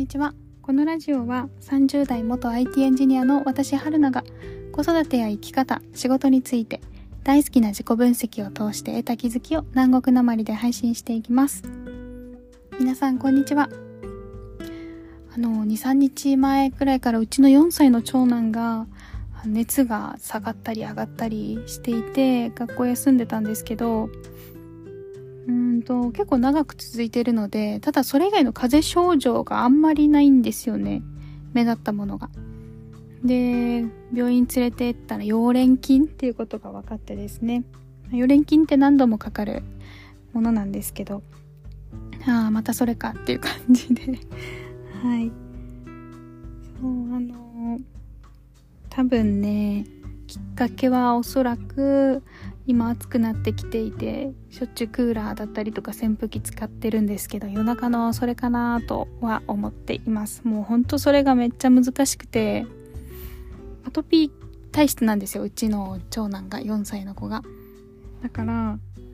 ちは。このラジオは30代元 IT エンジニアの私春菜が子育てや生き方、仕事について大好きな自己分析を通して得た気づきを南国なまりで配信していきます。皆さんこんにちは。2、3日前くらいからうちの4歳の長男が熱が下がったり上がったりしていて学校休んでたんですけど、結構長く続いているので、ただそれ以外の風邪症状があんまりないんですよね。目立ったものが。で、病院連れて行ったら溶連菌っていうことが分かってですね。溶連菌って何度もかかるものなんですけど、またそれかっていう感じではい。多分ね、きっかけはおそらく今暑くなってきていて、しょっちゅうクーラーだったりとか扇風機使ってるんですけど、夜中のそれかなとは思っています。もうほんとそれがめっちゃ難しくて、アトピー体質なんですよ、うちの長男が、4歳の子が。だから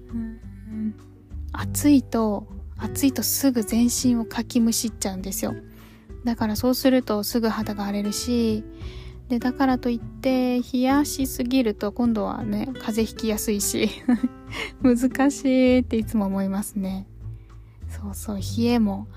暑いとすぐ全身をかきむしっちゃうんですよ。だからそうするとすぐ肌が荒れるし、でだからといって冷やしすぎると今度はね、風邪ひきやすいし難しいっていつも思いますね。そう、冷えも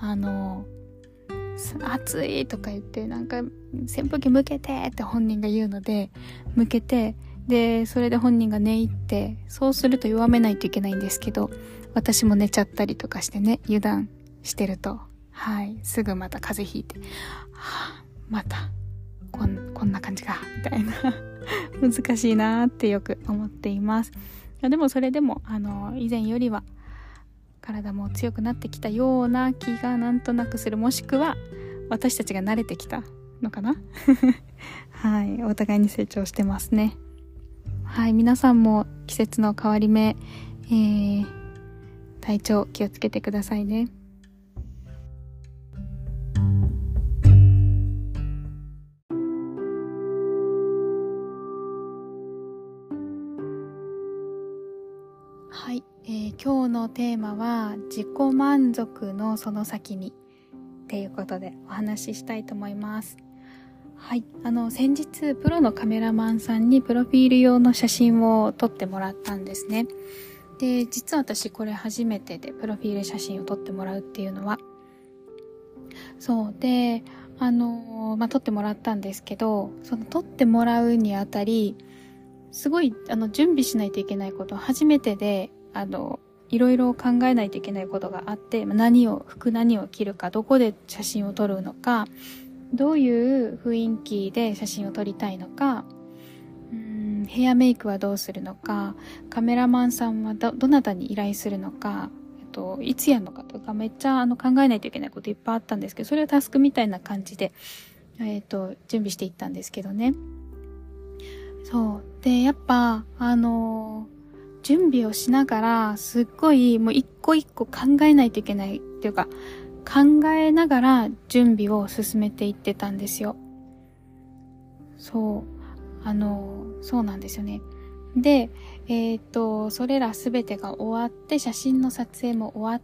暑いとか言ってなんか扇風機向けてって本人が言うので向けて、でそれで本人が寝入って、そうすると弱めないといけないんですけど、私も寝ちゃったりとかしてね、油断してるとすぐまた風邪ひいて、またこんな感じかみたいな難しいなってよく思っています。でもそれでも以前よりは体も強くなってきたような気がなんとなくする、もしくは私たちが慣れてきたのかなお互いに成長してますね。皆さんも季節の変わり目、体調気をつけてくださいね。今日のテーマは自己満足のその先にっていうことでお話ししたいと思います。先日プロのカメラマンさんにプロフィール用の写真を撮ってもらったんですね。で、実は私これ初めてで、プロフィール写真を撮ってもらうっていうのは。そうで、撮ってもらったんですけど、その撮ってもらうにあたり、すごい準備しないといけないこと、初めてでいろいろ考えないといけないことがあって、何を着るか、どこで写真を撮るのか、どういう雰囲気で写真を撮りたいのか、ヘアメイクはどうするのか、カメラマンさんはどなたに依頼するのか、いつやるのかとか、めっちゃ考えないといけないこといっぱいあったんですけど、それをタスクみたいな感じで、準備していったんですけどね。そうで、やっぱ準備をしながらすっごいもう一個一個考えないといけないっていうか、考えながら準備を進めていってたんですよ。そうなんですよね。で、それらすべてが終わって、写真の撮影も終わって、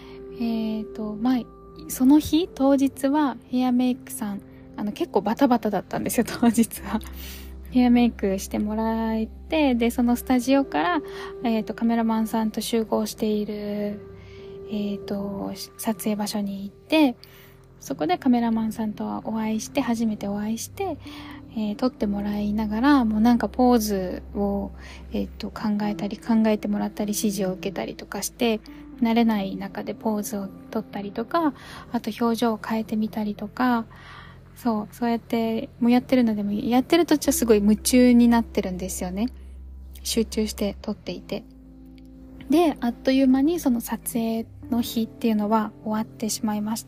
その日、当日はヘアメイクさん、結構バタバタだったんですよ、当日は。ヘアメイクしてもらえて、で、そのスタジオから、カメラマンさんと集合している、撮影場所に行って、そこでカメラマンさんと初めてお会いして、撮ってもらいながら、もうなんかポーズを、考えてもらったり、指示を受けたりとかして、慣れない中でポーズを撮ったりとか、あと表情を変えてみたりとか、そうやってもうやってるので、もやってる途中すごい夢中になってるんですよね。集中して撮っていて。で、あっという間にその撮影の日っていうのは終わってしまいました。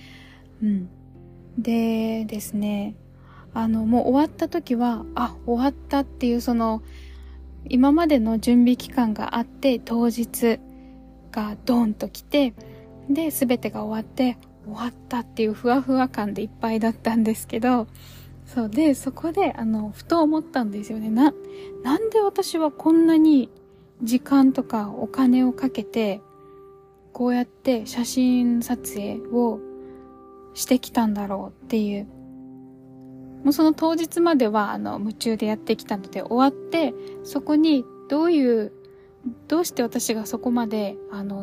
でですね、もう終わった時は、終わったっていう今までの準備期間があって、当日がドーンと来て、で、すべてが終わって、終わったっていうふわふわ感でいっぱいだったんですけど、そこでふと思ったんですよね。なんで私はこんなに時間とかお金をかけてこうやって写真撮影をしてきたんだろうっていう。もうその当日までは夢中でやってきたので終わって、そこにどうして私がそこまで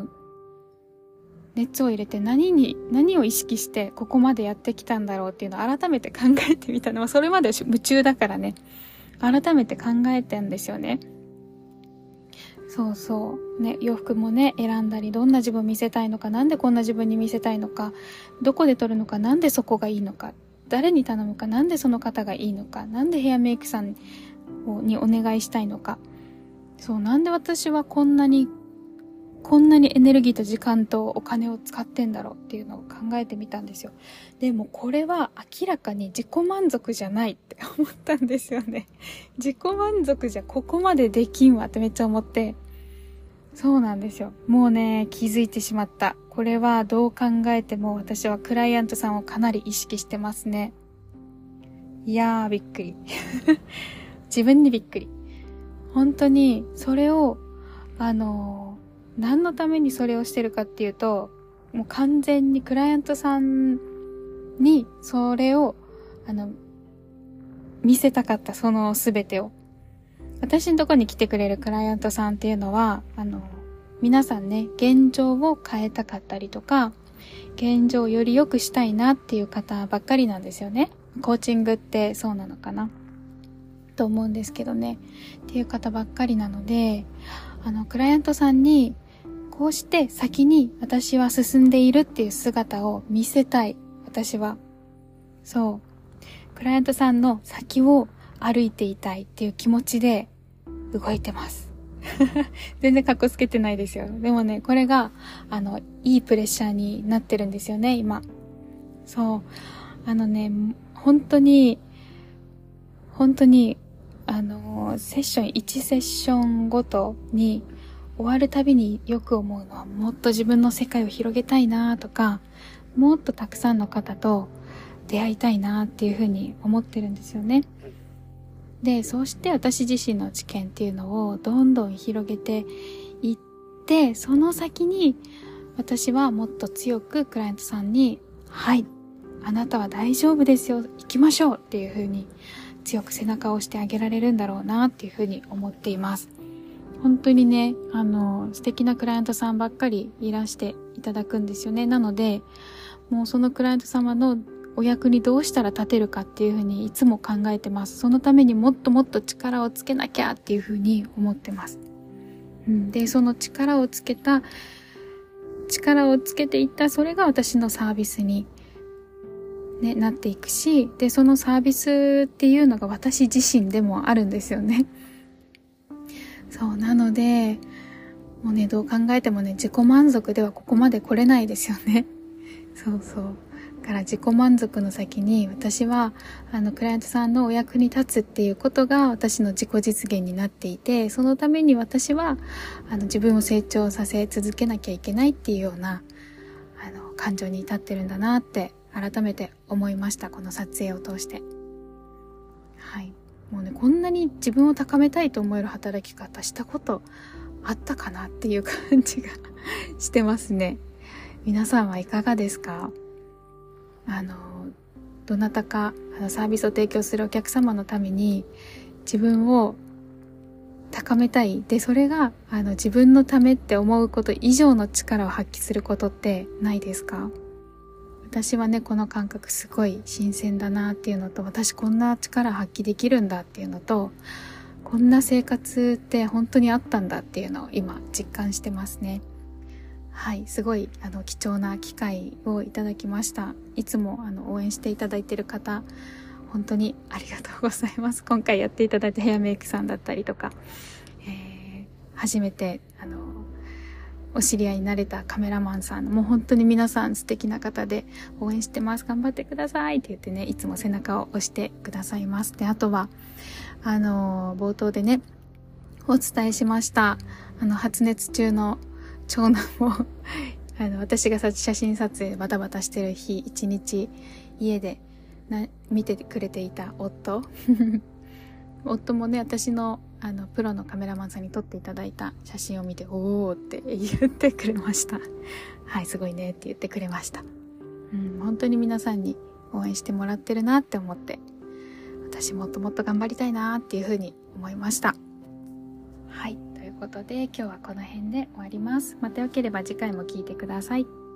熱を入れて何を意識してここまでやってきたんだろうっていうのを改めて考えてみたのは、それまで夢中だからね、改めて考えたんですよね。そうそうね、洋服もね選んだり、どんな自分見せたいのか、なんでこんな自分に見せたいのか、どこで撮るのか、なんでそこがいいのか、誰に頼むか、なんでその方がいいのか、なんでヘアメイクさんにお願いしたいのか、そうなんで私はこんなにエネルギーと時間とお金を使ってんだろうっていうのを考えてみたんですよ。でもこれは明らかに自己満足じゃないって思ったんですよね。自己満足じゃここまでできんわってめっちゃ思って。そうなんですよ。もうね、気づいてしまった。これはどう考えても私はクライアントさんをかなり意識してますね。いやー、びっくり。自分にびっくり。本当にそれを何のためにそれをしてるかっていうと、もう完全にクライアントさんにそれを見せたかった、その全てを。私のところに来てくれるクライアントさんっていうのは皆さんね、現状を変えたかったりとか、現状をより良くしたいなっていう方ばっかりなんですよね。コーチングってそうなのかなと思うんですけどね、っていう方ばっかりなので、クライアントさんにこうして先に私は進んでいるっていう姿を見せたい。私はクライアントさんの先を歩いていたいっていう気持ちで動いてます全然かっこつけてないですよ。でもね、これがいいプレッシャーになってるんですよね、今。本当にセッション1セッションごとに終わるたびによく思うのは、もっと自分の世界を広げたいなとか、もっとたくさんの方と出会いたいなっていうふうに思ってるんですよね。で、そうして私自身の知見っていうのをどんどん広げていって、その先に私はもっと強くクライアントさんに、はい、あなたは大丈夫ですよ、行きましょうっていうふうに強く背中を押してあげられるんだろうなっていうふうに思っています。本当にね、素敵なクライアントさんばっかりいらしていただくんですよね。なので、もうそのクライアント様のお役にどうしたら立てるかっていうふうにいつも考えてます。そのためにもっともっと力をつけなきゃっていうふうに思ってます。で、その力をつけていった、それが私のサービスに、ね、なっていくし、で、そのサービスっていうのが私自身でもあるんですよね。なので、もうね、どう考えてもね、自己満足ではここまで来れないですよね。だから自己満足の先に、私はクライアントさんのお役に立つっていうことが私の自己実現になっていて、そのために私は自分を成長させ続けなきゃいけないっていうような感情に至ってるんだなって改めて思いました。この撮影を通して。はい。もうね、こんなに自分を高めたいと思える働き方したことあったかなっていう感じがしてますね。皆さんはいかがですか？どなたかサービスを提供するお客様のために自分を高めたい。で、それが自分のためって思うこと以上の力を発揮することってないですか？私はね、この感覚すごい新鮮だなっていうのと、私こんな力発揮できるんだっていうのと、こんな生活って本当にあったんだっていうのを今実感してますね。はい、すごい貴重な機会をいただきました。いつも応援していただいている方、本当にありがとうございます。今回やっていただいたヘアメイクさんだったりとか、初めてお知り合いになれたカメラマンさん、もう本当に皆さん素敵な方で応援してます、頑張ってくださいって言ってね、いつも背中を押してくださいます。で、あとは冒頭でねお伝えしました発熱中の長男も私が写真撮影バタバタしてる日、一日家で見てくれていた夫夫もね、私のプロのカメラマンさんに撮っていただいた写真を見て、おーって言ってくれました。はい、すごいねって言ってくれました。 本当に皆さんに応援してもらってるなって思って、私もっともっと頑張りたいなっていうふうに思いました。はい、ということで今日はこの辺で終わります。またよければ次回も聞いてください。